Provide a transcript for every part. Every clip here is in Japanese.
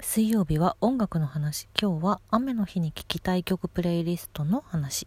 水曜日は音楽の話。今日は雨の日に聴きたい曲プレイリストの話。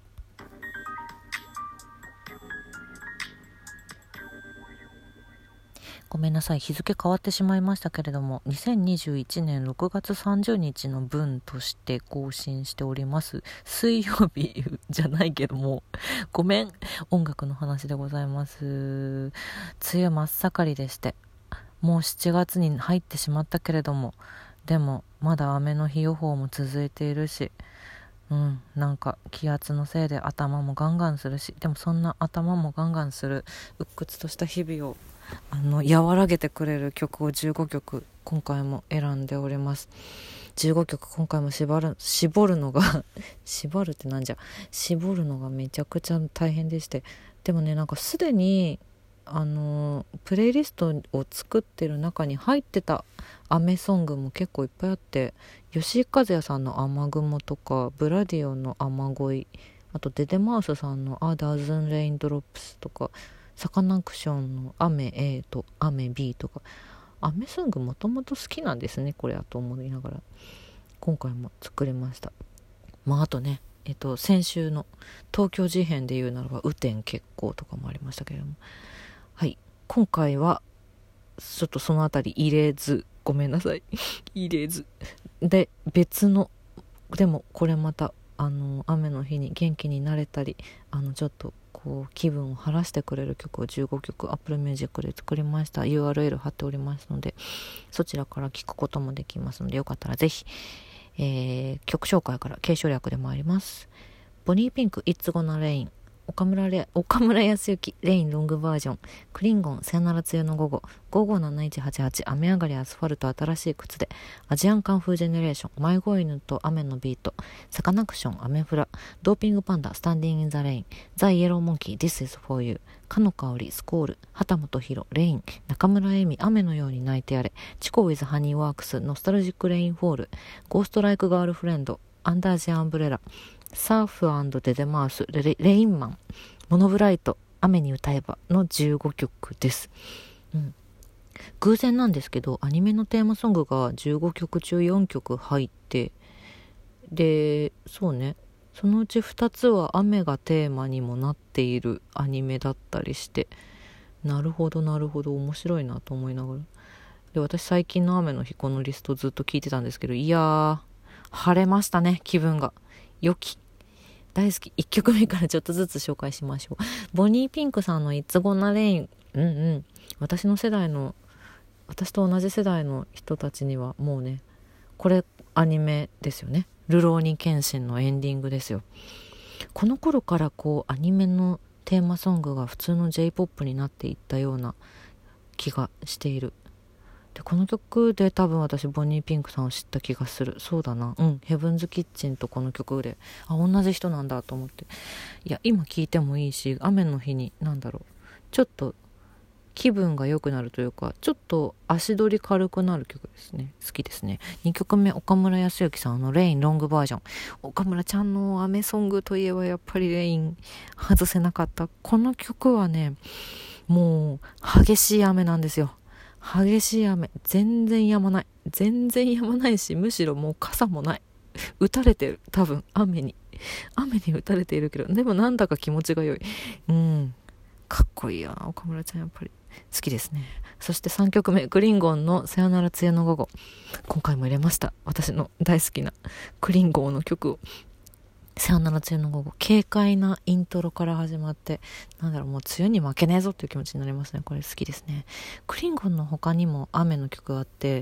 ごめんなさい、日付変わってしまいましたけれども、2021年6月30日の分として更新しております水曜日じゃないけどもごめん、音楽の話でございます。梅雨真っ盛りでして、もう7月に入ってしまったけれども、でもまだ雨の日予報も続いているし、なんか気圧のせいで頭もガンガンするし、でもそんな頭もガンガンする鬱屈とした日々を和らげてくれる曲を15曲今回も選んでおります。15曲今回も絞るのが絞るってなんじゃ絞るのがめちゃくちゃ大変でして、でもね、なんかすでにプレイリストを作ってる中に入ってた雨ソングも結構いっぱいあって、吉井和也さんの雨雲とか、ブラディオの雨乞い、あとデデマウスさんのA Dozen Raindropsとか、サカナクションの雨 A と雨 B とか、雨ソングもともと好きなんですねこれはと思いながら今回も作りました。あとね、先週の東京事変で言うならば雨天決行とかもありましたけれども、はい、今回はちょっとそのあたり入れず、ごめんなさい入れずで、別のでもこれまた雨の日に元気になれたり、ちょっとこう気分を晴らしてくれる曲を15曲 Apple Music で作りました。 URL 貼っておりますので、そちらから聞くこともできますので、よかったらぜひ、曲紹介から継承略でもあります。ボニーピンク It's Gonna Rain、岡村康之レインロングバージョン、クリンゴンさよなら梅雨の午後、557188雨上がりアスファルト新しい靴で、アジアンカンフージェネレーション、迷子犬と雨のビート、サカナクション雨フラ、ドーピングパンダスタンディングインザレイン、ザイエローモンキー This is for you、かのかおりスコール、畑本博レイン、中村恵美雨のように泣いてやれ、チコウィズハニーワークスノスタルジックレインフォール、ゴーストライクガールフレンド、アンダージアンブレラ、サーフ&デデマウス、レインマン、モノブライト、雨に歌えばの15曲です。偶然なんですけど、アニメのテーマソングが15曲中4曲入って、で、そうね、そのうち2つは雨がテーマにもなっているアニメだったりして、なるほど面白いなと思いながら、で、私最近の雨の日このリストずっと聞いてたんですけど、いやー晴れましたね。気分が良き、大好き。1曲目からちょっとずつ紹介しましょう。ボニーピンクさんの It's Gonna Rain、私と同じ世代の人たちにはもうね、これアニメですよね。ルローニケンシンのエンディングですよ。この頃からこうアニメのテーマソングが普通の J-POP になっていったような気がしている。で、この曲で多分私ボニーピンクさんを知った気がする。そうだな、ヘブンズキッチンとこの曲で同じ人なんだと思って、いや今聴いてもいいし、雨の日にちょっと気分が良くなるというか、ちょっと足取り軽くなる曲ですね。好きですね。2曲目、岡村康之さんのレインロングバージョン。岡村ちゃんの雨ソングといえばやっぱりレイン外せなかった。この曲はね、もう激しい雨なんですよ。激しい雨、全然止まないし、むしろもう傘もない。打たれてる、多分雨に打たれているけど、でもなんだか気持ちが良い。かっこいいよな、岡村ちゃん、やっぱり好きですね。そして3曲目、クリンゴンのさよなら梅雨の午後。今回も入れました。私の大好きなクリンゴンの曲を。さよなら梅雨の午後、軽快なイントロから始まって、もう梅雨に負けねえぞっていう気持ちになりますね。これ好きですね。クリンゴンの他にも雨の曲があって、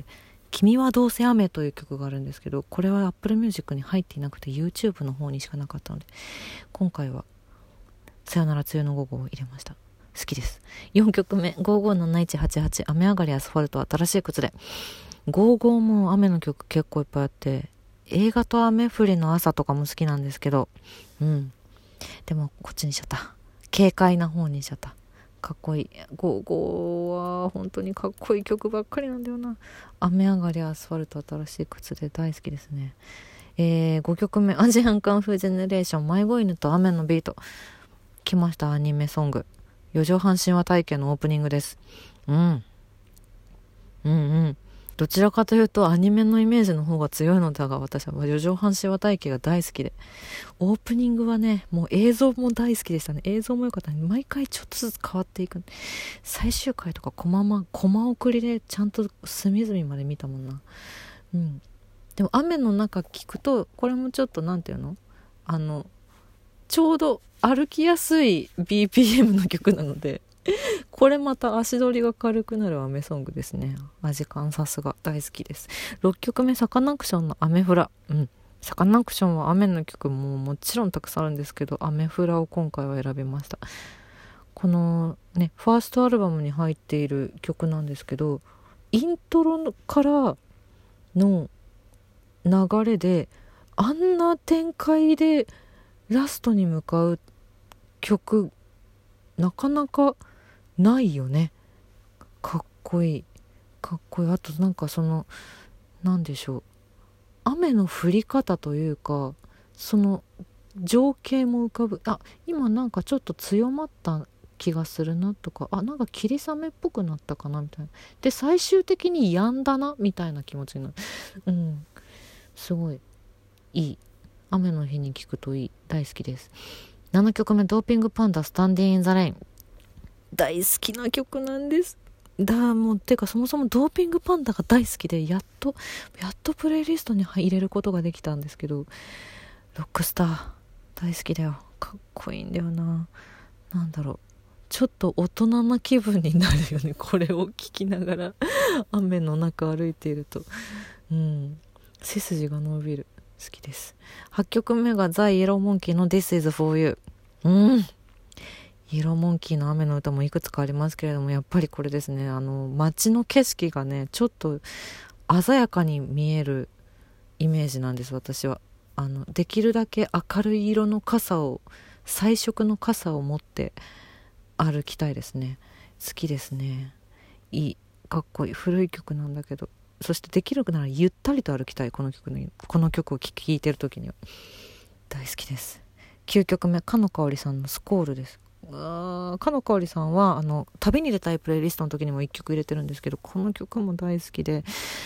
君はどうせ雨という曲があるんですけど、これは Apple Music に入っていなくて YouTube の方にしかなかったので、今回はさよなら梅雨の午後を入れました。好きです。4曲目、557188雨上がりアスファルト新しい靴で。55も雨の曲結構いっぱいあって、映画と雨降りの朝とかも好きなんですけど、でもこっちにしちゃった。軽快な方にしちゃった。かっこいい。55は本当にかっこいい曲ばっかりなんだよな。雨上がりアスファルト新しい靴で大好きですね。5曲目、アジアンカンフージェネレーション迷子犬と雨のビート。来ました、アニメソング。四畳半神話体験のオープニングです。 どちらかというとアニメのイメージの方が強いのだが、私は四畳半神話体系が大好きで、オープニングはね、もう映像も大好きでしたね。映像も良かったね。毎回ちょっとずつ変わっていく。最終回とかコマ送りでちゃんと隅々まで見たもんな。でも雨の中聞くと、これもちょっとなんていうの、ちょうど歩きやすい BPM の曲なのでこれまた足取りが軽くなる雨ソングですね。アジカンさすが大好きです。6曲目サカナクションの雨フラ。サカナクションは雨の曲もちろんたくさんあるんですけど、雨フラを今回は選びました。このねファーストアルバムに入っている曲なんですけど、イントロからの流れであんな展開でラストに向かう曲なかなかないよね。かっこいい。あとなんかなんでしょう、雨の降り方というか、その情景も浮かぶ。今なんかちょっと強まった気がするなとか、なんか霧雨っぽくなったかなみたいな。で最終的に止んだなみたいな気持ちになる。すごいいい。雨の日に聴くといい。大好きです。7曲目ドーピングパンダスタンディインザレイン。大好きな曲なんです。もうてかそもそもドーピングパンダが大好きで、やっとプレイリストに入れることができたんですけど、ロックスター大好きだよ。かっこいいんだよな。なんだろう、ちょっと大人な気分になるよね、これを聴きながら雨の中歩いていると。背筋が伸びる。好きです。8曲目がザ・イエローモンキーの This is for you。イエローモンキーの雨の歌もいくつかありますけれども、やっぱりこれですね。街の景色がねちょっと鮮やかに見えるイメージなんです、私は。できるだけ明るい色の彩色の傘を持って歩きたいですね。好きですね。いい、かっこいい。古い曲なんだけど、そしてできるならゆったりと歩きたい。この曲を聴いてる時には大好きです。9曲目かのかおりさんのスコールです。かのかおりさんは旅に出たいプレイリストの時にも1曲入れてるんですけど、この曲も大好きで、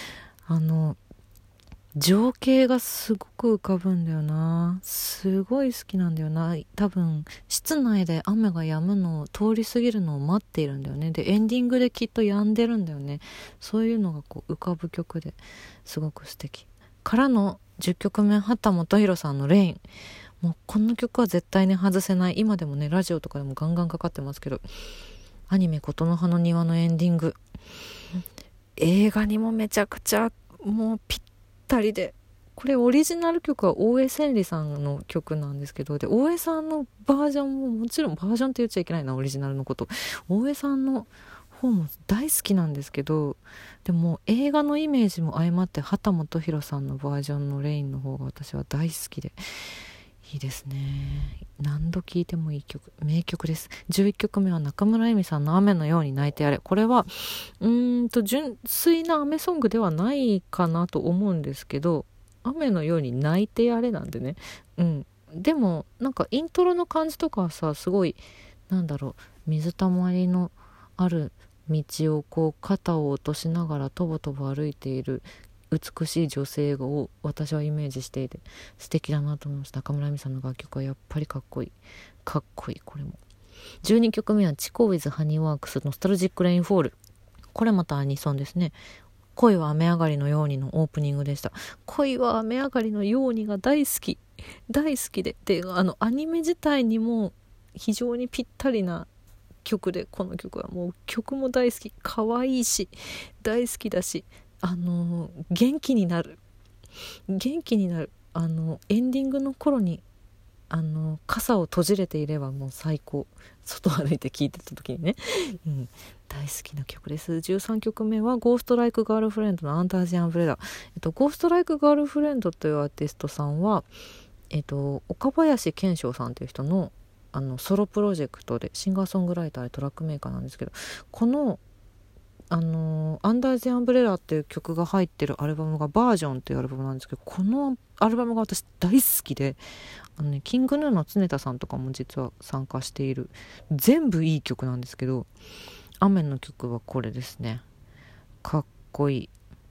情景がすごく浮かぶんだよな。すごい好きなんだよな。多分室内で雨が止むのを通り過ぎるのを待っているんだよね。でエンディングできっと止んでるんだよね。そういうのがこう浮かぶ曲ですごく素敵。からの10曲目秦基博さんのレイン。もうこの曲は絶対に外せない。今でもねラジオとかでもガンガンかかってますけど、アニメ琴の葉の庭のエンディング、映画にもめちゃくちゃもうぴったりで、これオリジナル曲は大江千里さんの曲なんですけど、で大江さんのバージョンももちろん、バージョンって言っちゃいけないな、オリジナルのこと、大江さんの方も大好きなんですけど、でも映画のイメージも相まって秦基博さんのバージョンのレインの方が私は大好きで、いいですね。何度聴いてもいい曲、名曲です。11曲目は中村恵美さんの雨のように泣いてやれ。これは純粋な雨ソングではないかなと思うんですけど、雨のように泣いてやれなんでね。でもなんかイントロの感じとかはさ、すごいなんだろう、水たまりのある道をこう肩を落としながらとぼとぼ歩いている美しい女性を私はイメージしていて素敵だなと思います。中村恵美さんの楽曲はやっぱりかっこいい。これも。12曲目はチコウィズハニーワークスノスタルジックレインフォール。これまたアニソンですね。恋は雨上がりのようにのオープニングでした。恋は雨上がりのようにが大好きで、アニメ自体にも非常にぴったりな曲で、この曲はもう曲も大好き、可愛いし大好きだし、元気になる。エンディングの頃に傘を閉じれていればもう最高。外歩いて聴いてた時にね、大好きな曲です。13曲目はゴーストライクガールフレンドのアンダージアンブレラ。ゴーストライクガールフレンドというアーティストさんは岡林健翔さんという人のソロプロジェクトでシンガーソングライターでトラックメーカーなんですけど、このアンダージアンブレラっていう曲が入ってるアルバムがバージョンっていうアルバムなんですけど、このアルバムが私大好きで、キングヌーの常田さんとかも実は参加している、全部いい曲なんですけど、雨の曲はこれですね。かっこいい。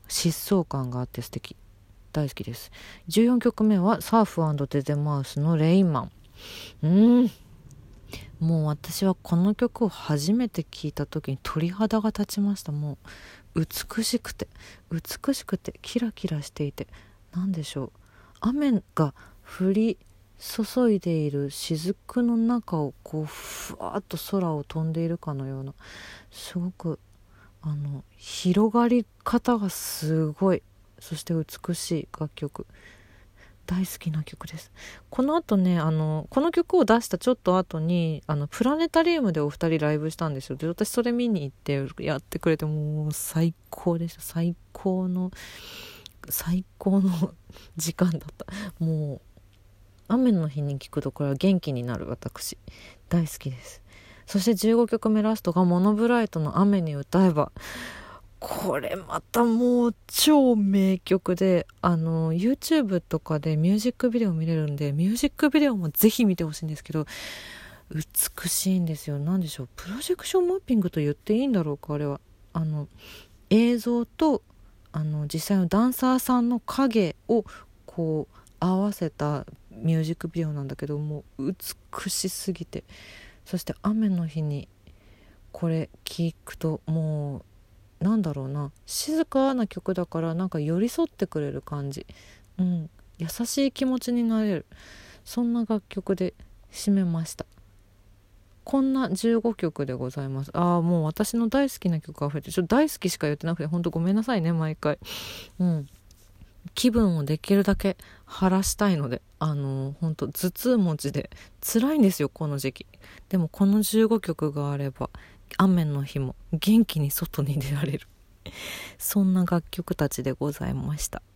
疾走感があって素敵、大好きです。14曲目はサーフ&テゼマウスのレインマン。もう私はこの曲を初めて聴いた時に鳥肌が立ちました。もう美しくてキラキラしていて、なんでしょう、雨が降り注いでいる雫の中をこうふわっと空を飛んでいるかのような、すごく広がり方がすごい、そして美しい楽曲、大好きな曲です。この後ね、この曲を出したちょっと後にプラネタリウムでお二人ライブしたんですよ。で、私それ見に行ってやってくれて、もう最高でした。最高の時間だった。もう雨の日に聴くとこれは元気になる、私大好きです。そして15曲目ラストがモノブライトの雨に歌えば、これまたもう超名曲で、YouTube とかでミュージックビデオ見れるんで、ミュージックビデオもぜひ見てほしいんですけど、美しいんですよ。なんでしょう、プロジェクションマッピングと言っていいんだろうか、あれは。映像と実際のダンサーさんの影をこう合わせたミュージックビデオなんだけど、もう美しすぎて、そして雨の日にこれ聴くと、もうなんだろうな、静かな曲だからなんか寄り添ってくれる感じ、優しい気持ちになれる、そんな楽曲で締めました。こんな15曲でございます。もう私の大好きな曲が増えて、ちょっと大好きしか言ってなくて本当ごめんなさいね、毎回。気分をできるだけ晴らしたいので、本当頭痛持ちで辛いんですよ、この時期。でもこの15曲があれば雨の日も元気に外に出られるそんな楽曲たちでございました。